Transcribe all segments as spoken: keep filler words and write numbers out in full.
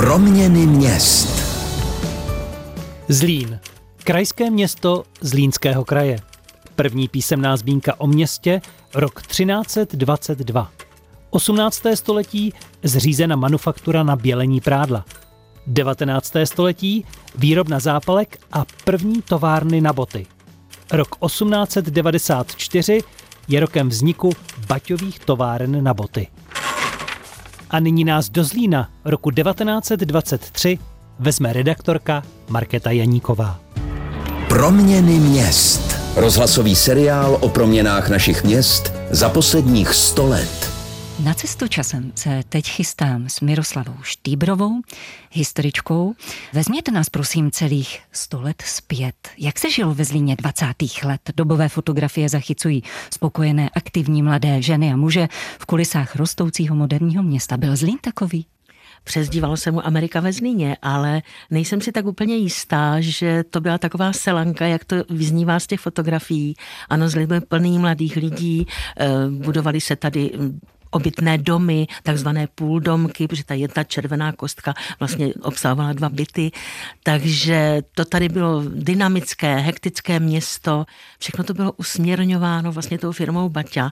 Proměny měst. Zlín. Krajské město Zlínského kraje. První písemná zmínka o městě, rok třináct dvacet dva. osmnácté století zřízena manufaktura na bělení prádla. devatenácté století výrobna zápalek a první továrny na boty. Rok osmnáct devadesát čtyři je rokem vzniku baťových továren na boty. A nyní nás do Zlína roku devatenáct dvacet tři vezme redaktorka Markéta Janíková. Proměny měst. Rozhlasový seriál o proměnách našich měst za posledních sto let. Na cestu časem se teď chystám s Miroslavou Štýbrovou, historičkou. Vezměte nás prosím celých sto let zpět. Jak se žilo ve Zlíně dvacátých let? Dobové fotografie zachycují spokojené, aktivní mladé ženy a muže v kulisách rostoucího moderního města. Byl Zlín takový? Přezdívalo se mu Amerika ve Zlíně, ale nejsem si tak úplně jistá, že to byla taková selanka, jak to vyznívá z těch fotografií. Ano, Zlín byl plný mladých lidí, budovali se tady obytné domy, takzvané půldomky, protože ta jedna červená kostka vlastně obsahovala dva byty, takže to tady bylo dynamické, hektické město, všechno to bylo usměrňováno vlastně tou firmou Baťa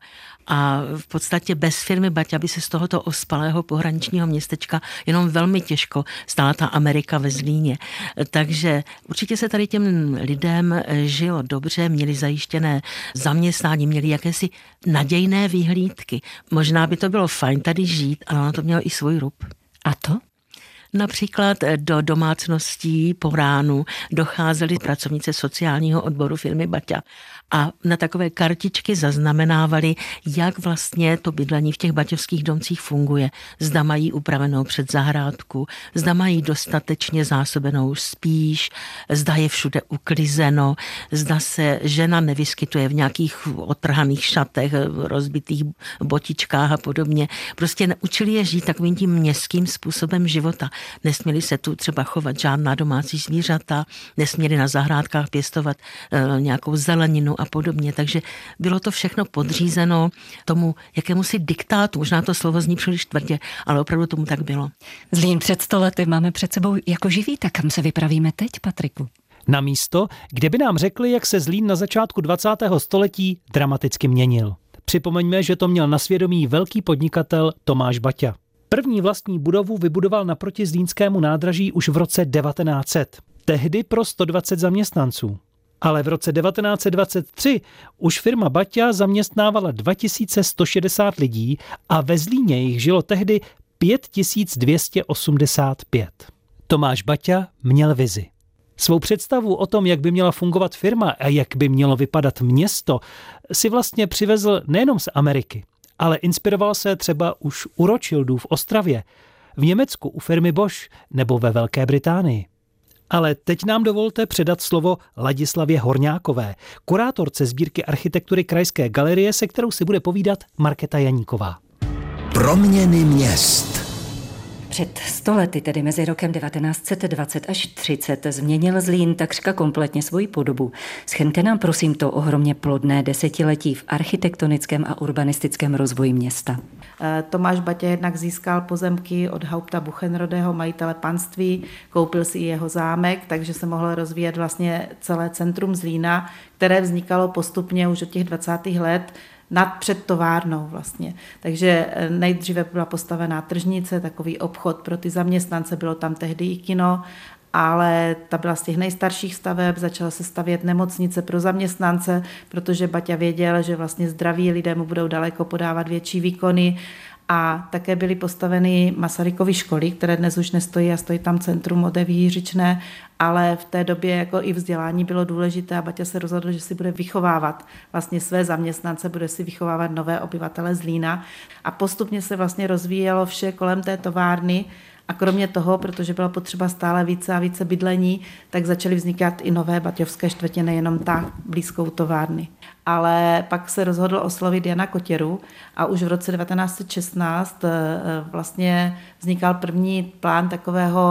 a v podstatě bez firmy Baťa by se z tohoto ospalého pohraničního městečka jenom velmi těžko stala ta Amerika ve Zlíně. Takže určitě se tady těm lidem žilo dobře, měli zajištěné zaměstnání, měli jakési nadějné výhlídky. Možná by to bylo fajn tady žít, ale ono to mělo i svůj rub. A to? Například do domácností po ránu docházeli pracovnice sociálního odboru firmy Baťa a na takové kartičky zaznamenávali, jak vlastně to bydlení v těch baťovských domcích funguje. Zda mají upravenou předzahrádku, zda mají dostatečně zásobenou spíš, zda je všude uklizeno, zda se žena nevyskytuje v nějakých otrhaných šatech, rozbitých botičkách a podobně. Prostě naučili je žít takovým tím městským způsobem života. Nesměli se tu třeba chovat žádná domácí zvířata, nesměli na zahrádkách pěstovat e, nějakou zeleninu a podobně. Takže bylo to všechno podřízeno tomu jakémusi diktátu. Možná to slovo zní příliš tvrdě, ale opravdu tomu tak bylo. Zlín před sto lety máme před sebou jako živý, tak kam se vypravíme teď, Patriku? Na místo, kde by nám řekli, jak se Zlín na začátku dvacátého století dramaticky měnil. Připomeňme, že to měl na svědomí velký podnikatel Tomáš Baťa. První vlastní budovu vybudoval naproti zlínskému nádraží už v roce devatenáct set. Tehdy pro sto dvacet zaměstnanců. Ale v roce devatenáct set dvacet tři už firma Baťa zaměstnávala dva tisíce sto šedesát lidí a ve Zlíně jich žilo tehdy pět tisíc dvě stě osmdesát pět. Tomáš Baťa měl vizi. Svou představu o tom, jak by měla fungovat firma a jak by mělo vypadat město, si vlastně přivezl nejenom z Ameriky, ale inspiroval se třeba už u Rothschildů v Ostravě, v Německu u firmy Bosch nebo ve Velké Británii. Ale teď nám dovolte předat slovo Ladislavě Horňákové, kurátorce sbírky architektury Krajské galerie, se kterou si bude povídat Markéta Janíková. Proměny měst. Před sto lety, tedy mezi rokem devatenáct set dvacet až třicet, změnil Zlín takřka kompletně svoji podobu. Shrňte nám prosím to ohromně plodné desetiletí v architektonickém a urbanistickém rozvoji města. Tomáš Baťa jednak získal pozemky od Haupta Buchenrodého, majitele panství, koupil si i jeho zámek, takže se mohlo rozvíjet vlastně celé centrum Zlína, které vznikalo postupně už od těch dvacátých let nad před továrnou vlastně. Takže nejdříve byla postavená tržnice, takový obchod pro ty zaměstnance, bylo tam tehdy i kino, ale ta byla z těch nejstarších staveb, začala se stavět nemocnice pro zaměstnance, protože Baťa věděl, že vlastně zdraví lidé mu budou daleko podávat větší výkony. A také byly postaveny Masarykovy školy, které dnes už nestojí a stojí tam centrum Odevy Jiřičné, ale v té době jako i vzdělání bylo důležité a Baťa se rozhodl, že si bude vychovávat vlastně své zaměstnance, bude si vychovávat nové obyvatele Zlína a postupně se vlastně rozvíjelo vše kolem té továrny. A kromě toho, protože byla potřeba stále více a více bydlení, tak začaly vznikat i nové baťovské čtvrtě, nejenom ta blízkou továrny. Ale pak se rozhodl oslovit Jana Kotěru a už v roce devatenáct set šestnáct vlastně vznikal první plán takového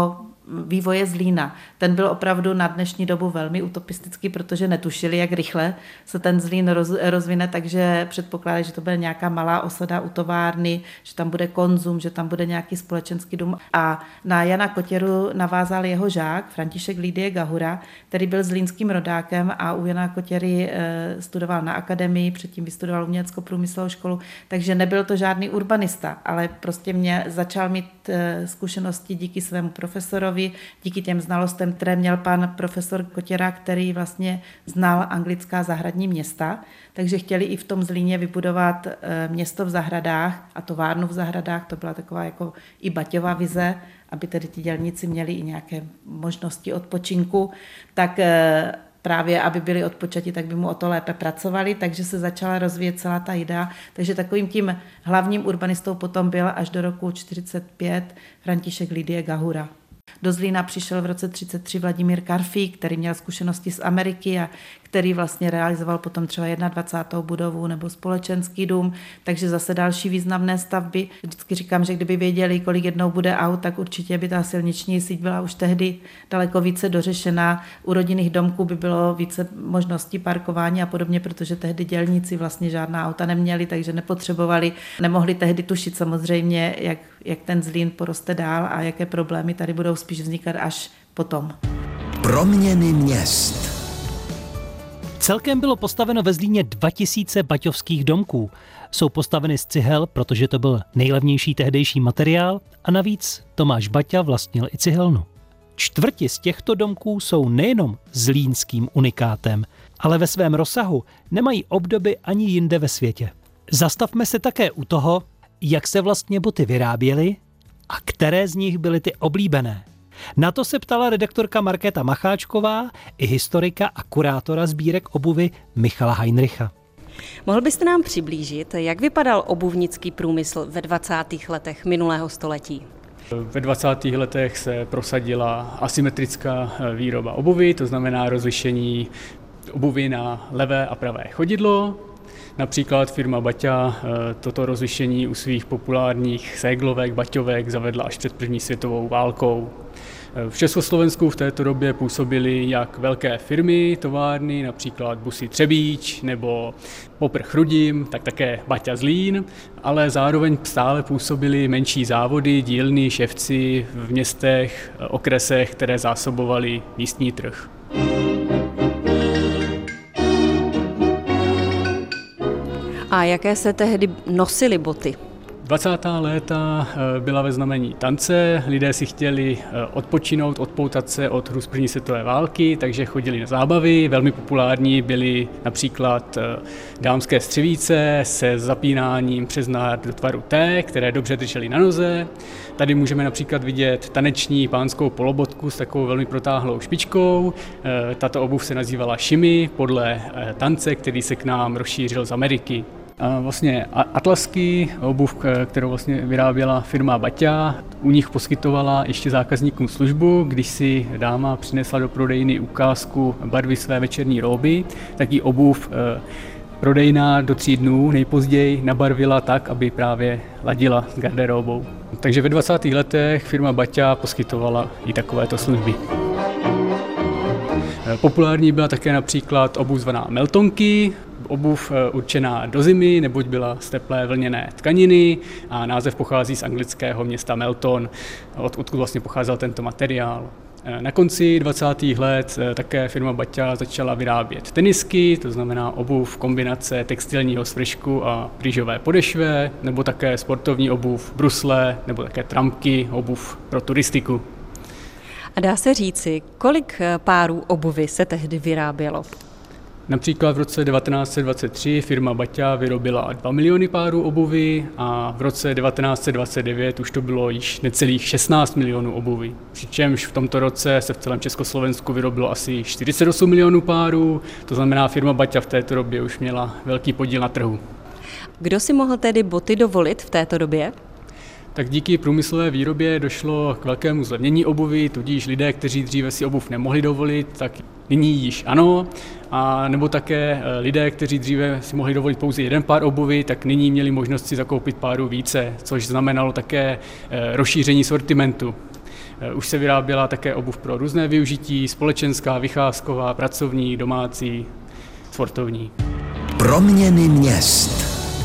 vývoje Zlína. Ten byl opravdu na dnešní dobu velmi utopistický, protože netušili, jak rychle se ten Zlín roz, rozvine, takže předpokládali, že to bude nějaká malá osada u továrny, že tam bude konzum, že tam bude nějaký společenský dům. A na Jana Kotěru navázal jeho žák František Lidie Gahura, který byl zlínským rodákem a u Jana Kotěry studoval na akademii, předtím vystudoval umělecko-průmyslovou školu, takže nebyl to žádný urbanista, ale prostě mě začal mít zkušenosti díky svému profesorovi, díky těm znalostem, které měl pan profesor Kotěra, který vlastně znal anglická zahradní města, takže chtěli i v tom Zlíně vybudovat město v zahradách a továrnu v zahradách, to byla taková jako i Baťová vize, aby tedy ti dělníci měli i nějaké možnosti odpočinku, tak právě aby byli odpočati, tak by mu o to lépe pracovali, takže se začala rozvíjet celá ta idea. Takže takovým tím hlavním urbanistou potom byl až do roku čtyřicet pět František Lidie Gahura. Do Zlína přišel v roce třicet tři Vladimír Karfík, který měl zkušenosti z Ameriky a který vlastně realizoval potom třeba dvacátou první budovu nebo společenský dům, takže zase další významné stavby. Vždycky říkám, že kdyby věděli, kolik jednou bude aut, tak určitě by ta silniční síť byla už tehdy daleko více dořešená. U rodinných domků by bylo více možností parkování a podobně, protože tehdy dělníci vlastně žádná auta neměli, takže nepotřebovali, nemohli tehdy tušit samozřejmě, jak, jak ten Zlín poroste dál a jaké problémy tady budou spíš vznikat až potom. Proměny měst. Celkem bylo postaveno ve Zlíně dva tisíce baťovských domků. Jsou postaveny z cihel, protože to byl nejlevnější tehdejší materiál a navíc Tomáš Baťa vlastnil i cihelnu. Čtvrti z těchto domků jsou nejenom zlínským unikátem, ale ve svém rozsahu nemají obdoby ani jinde ve světě. Zastavme se také u toho, jak se vlastně boty vyráběly a které z nich byly ty oblíbené. Na to se ptala redaktorka Markéta Macháčková i historika a kurátora sbírek obuvy Michala Heinricha. Mohl byste nám přiblížit, jak vypadal obuvnický průmysl ve dvacátých letech minulého století? Ve dvacátých letech se prosadila asymetrická výroba obuvy, to znamená rozlišení obuvy na levé a pravé chodidlo. Například firma Baťa toto rozlišení u svých populárních séglovek, baťovek zavedla až před první světovou válkou. V Československu v této době působily jak velké firmy, továrny, například Busy Třebíč nebo Popr Chrudim, tak také Baťa Zlín, ale zároveň stále působily menší závody, dílny, ševci v městech, okresech, které zásobovaly místní trh. A jaké se tehdy nosily boty? dvacátá léta byla ve znamení tance, lidé si chtěli odpočinout, odpoutat se od hru z první světové války, takže chodili na zábavy. Velmi populární byly například dámské střevíce se zapínáním přes nád do tvaru T, které dobře držely na noze. Tady můžeme například vidět taneční pánskou polobotku s takovou velmi protáhlou špičkou. Tato obuv se nazývala šimi podle tance, který se k nám rozšířil z Ameriky. A vlastně atlasky, obuv, kterou vlastně vyráběla firma Baťa, u nich poskytovala ještě zákazníkům službu. Když si dáma přinesla do prodejny ukázku barvy své večerní róby, tak ji obuv prodejná do tří dnů nejpozději nabarvila tak, aby právě ladila s garderobou. Takže ve dvacátých letech firma Baťa poskytovala i takovéto služby. Populární byla také například obuv zvaná meltonky, obuv určená do zimy, neboť byla z teplé vlněné tkaniny a název pochází z anglického města Melton, odkud vlastně pocházel tento materiál. Na konci dvacátých let také firma Baťa začala vyrábět tenisky, to znamená obuv kombinace textilního svršku a rýžové podešve, nebo také sportovní obuv, brusle, nebo také trampky, obuv pro turistiku. A dá se říci, kolik párů obuvy se tehdy vyrábělo? Například v roce devatenáct set dvacet tři firma Baťa vyrobila dva miliony párů obuvy a v roce devatenáct set dvacet devět už to bylo již necelých šestnáct milionů obuvy. Přičemž v tomto roce se v celém Československu vyrobilo asi čtyřicet osm milionů párů, to znamená firma Baťa v této době už měla velký podíl na trhu. Kdo si mohl tedy boty dovolit v této době? Tak díky průmyslové výrobě došlo k velkému zlevnění obuvy, tudíž lidé, kteří dříve si obuv nemohli dovolit, tak nyní již ano. A nebo také lidé, kteří dříve si mohli dovolit pouze jeden pár obuvy, tak nyní měli možnost si zakoupit párů více, což znamenalo také rozšíření sortimentu. Už se vyráběla také obuv pro různé využití, společenská, vycházková, pracovní, domácí, sportovní. Proměny měst.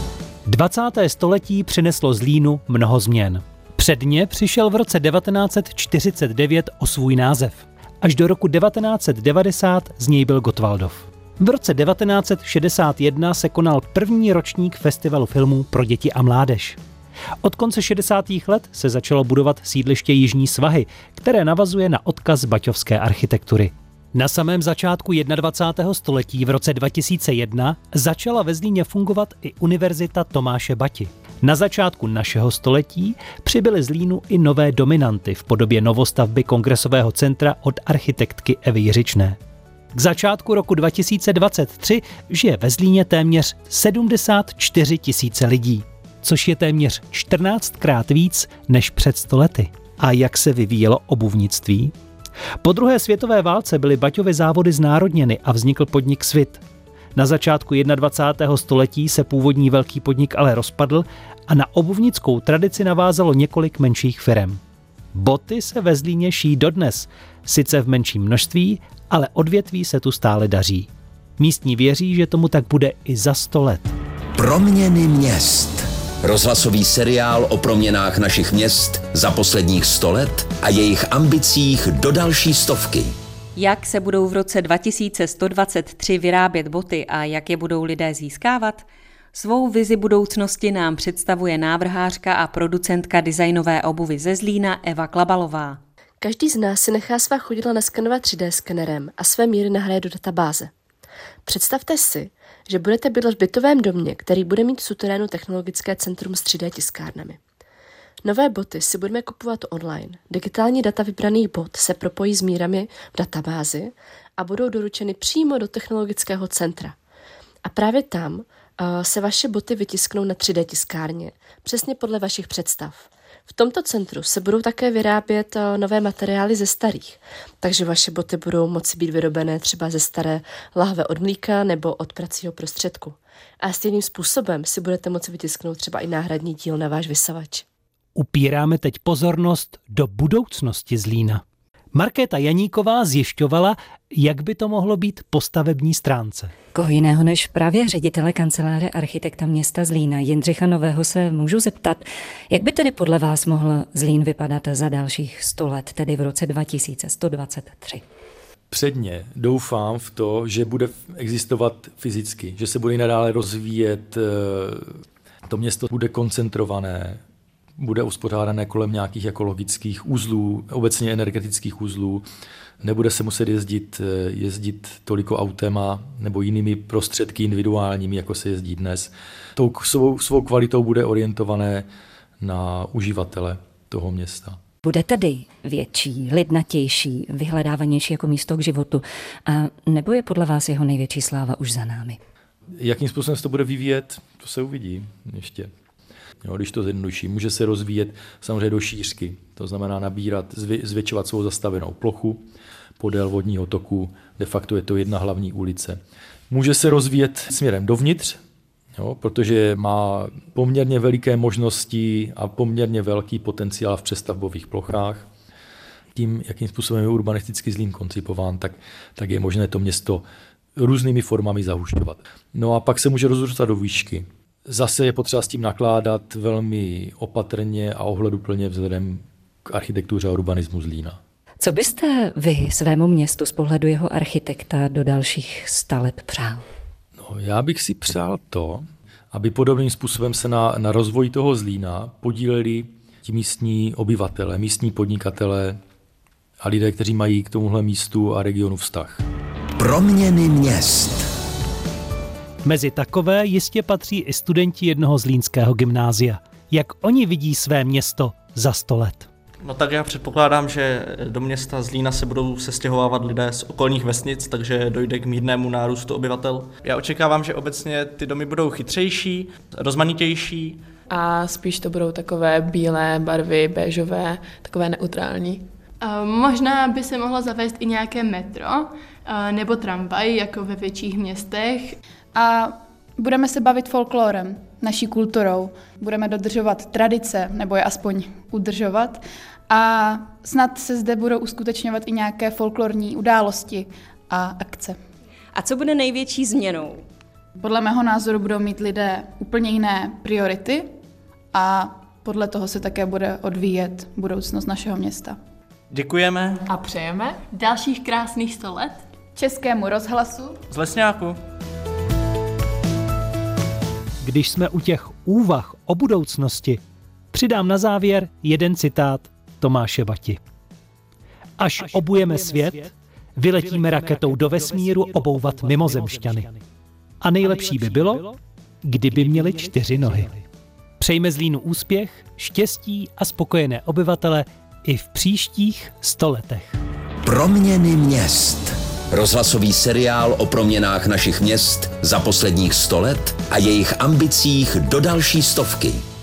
dvacáté století přineslo Zlínu mnoho změn. Předně přišel v roce devatenáct set čtyřicet devět o svůj název. Až do roku devatenáct set devadesát z něj byl Gottwaldov. V roce devatenáct set šedesát jedna se konal první ročník festivalu filmů pro děti a mládež. Od konce šedesátých let se začalo budovat sídliště Jižní svahy, které navazuje na odkaz baťovské architektury. Na samém začátku dvacátého prvního století v roce dva tisíce jedna začala ve Zlíně fungovat i Univerzita Tomáše Bati. Na začátku našeho století přibyly Zlínu i nové dominanty v podobě novostavby Kongresového centra od architektky Evy Jiřičné. K začátku roku dva tisíce dvacet tři žije ve Zlíně téměř sedmdesát čtyři tisíce lidí, což je téměř čtrnáctkrát víc než před sto lety. A jak se vyvíjelo obuvnictví? Po druhé světové válce byly Baťovy závody znárodněny a vznikl podnik Svit. Na začátku dvacátého prvního století se původní velký podnik ale rozpadl a na obuvnickou tradici navázalo několik menších firem. Boty se ve Zlíně šijí dodnes, sice v menším množství, ale odvětví se tu stále daří. Místní věří, že tomu tak bude i za sto let. Proměny měst. Rozhlasový seriál o proměnách našich měst za posledních sto let a jejich ambicích do další stovky. Jak se budou v roce dva tisíce sto dvacet tři vyrábět boty a jak je budou lidé získávat? Svou vizi budoucnosti nám představuje návrhářka a producentka designové obuvy ze Zlína Eva Klabalová. Každý z nás si nechá svá chodidla naskenovat tři dé skenerem a své míry nahraje do databáze. Představte si, že budete bydlet v bytovém domě, který bude mít v suterénu technologické centrum s tři dé tiskárnami. Nové boty si budeme kupovat online. Digitální data vybraných bot se propojí s mírami v databázi a budou doručeny přímo do technologického centra. A právě tam uh, se vaše boty vytisknou na tři dé tiskárně, přesně podle vašich představ. V tomto centru se budou také vyrábět uh, nové materiály ze starých, takže vaše boty budou moci být vyrobené třeba ze staré lahve od mlíka nebo od pracího prostředku. A stejným způsobem si budete moci vytisknout třeba i náhradní díl na váš vysavač. Upíráme teď pozornost do budoucnosti Zlína. Markéta Janíková zjišťovala, jak by to mohlo být po stavební stránce. Koho jiného než právě ředitele kanceláře architekta města Zlína Jindřicha Nového se můžu zeptat, jak by tedy podle vás mohl Zlín vypadat za dalších sto let, tedy v roce dva tisíce sto dvacet tři? Předně doufám v to, že bude existovat fyzicky, že se bude i nadále rozvíjet, to město bude koncentrované, bude uspořádané kolem nějakých ekologických uzlů, obecně energetických uzlů. Nebude se muset jezdit, jezdit toliko autema nebo jinými prostředky individuálními, jako se jezdí dnes. Tou svou, svou kvalitou bude orientované na uživatele toho města. Bude tedy větší, lidnatější, vyhledávanější jako místo k životu. A nebo je podle vás jeho největší sláva už za námi? Jakým způsobem se to bude vyvíjet, to se uvidí ještě. Jo, když to zjednoduší, může se rozvíjet samozřejmě do šířky, to znamená nabírat, zvětšovat svou zastavenou plochu podél vodního toku, de facto je to jedna hlavní ulice. Může se rozvíjet směrem dovnitř, jo, protože má poměrně veliké možnosti a poměrně velký potenciál v přestavbových plochách. Tím, jakým způsobem je urbanistický Zlín koncipován, tak, tak je možné to město různými formami zahušťovat. No a pak se může rozrůstat do výšky. Zase je potřeba s tím nakládat velmi opatrně a ohleduplně vzhledem k architektuře a urbanismu Zlína. Co byste vy svému městu z pohledu jeho architekta do dalších sta let přál? No, já bych si přál to, aby podobným způsobem se na, na rozvoji toho Zlína podíleli ti místní obyvatele, místní podnikatele a lidé, kteří mají k tomuhle místu a regionu vztah. Proměny měst. Mezi takové jistě patří i studenti jednoho zlínského gymnázia. Jak oni vidí své město za sto let? No tak já předpokládám, že do města Zlína se budou sestěhovávat lidé z okolních vesnic, takže dojde k mírnému nárůstu obyvatel. Já očekávám, že obecně ty domy budou chytřejší, rozmanitější. A spíš to budou takové bílé barvy, béžové, takové neutrální. Uh, možná by se mohlo zavést i nějaké metro uh, nebo tramvaj, jako ve větších městech. A budeme se bavit folklorem, naší kulturou. Budeme dodržovat tradice, nebo je aspoň udržovat. a snad se zde budou uskutečňovat i nějaké folklorní události a akce. A co bude největší změnou? Podle mého názoru budou mít lidé úplně jiné priority a podle toho se také bude odvíjet budoucnost našeho města. Děkujeme a přejeme dalších krásných sto let Českému rozhlasu z Lesňáku. Když jsme u těch úvah o budoucnosti, přidám na závěr jeden citát Tomáše Bati. Až obujeme svět, vyletíme raketou do vesmíru obouvat mimozemšťany. A nejlepší by bylo, kdyby měli čtyři nohy. Přejme Zlínu úspěch, štěstí a spokojené obyvatele i v příštích sto letech. Proměny měst. Rozhlasový seriál o proměnách našich měst za posledních sto let a jejich ambicích do další stovky.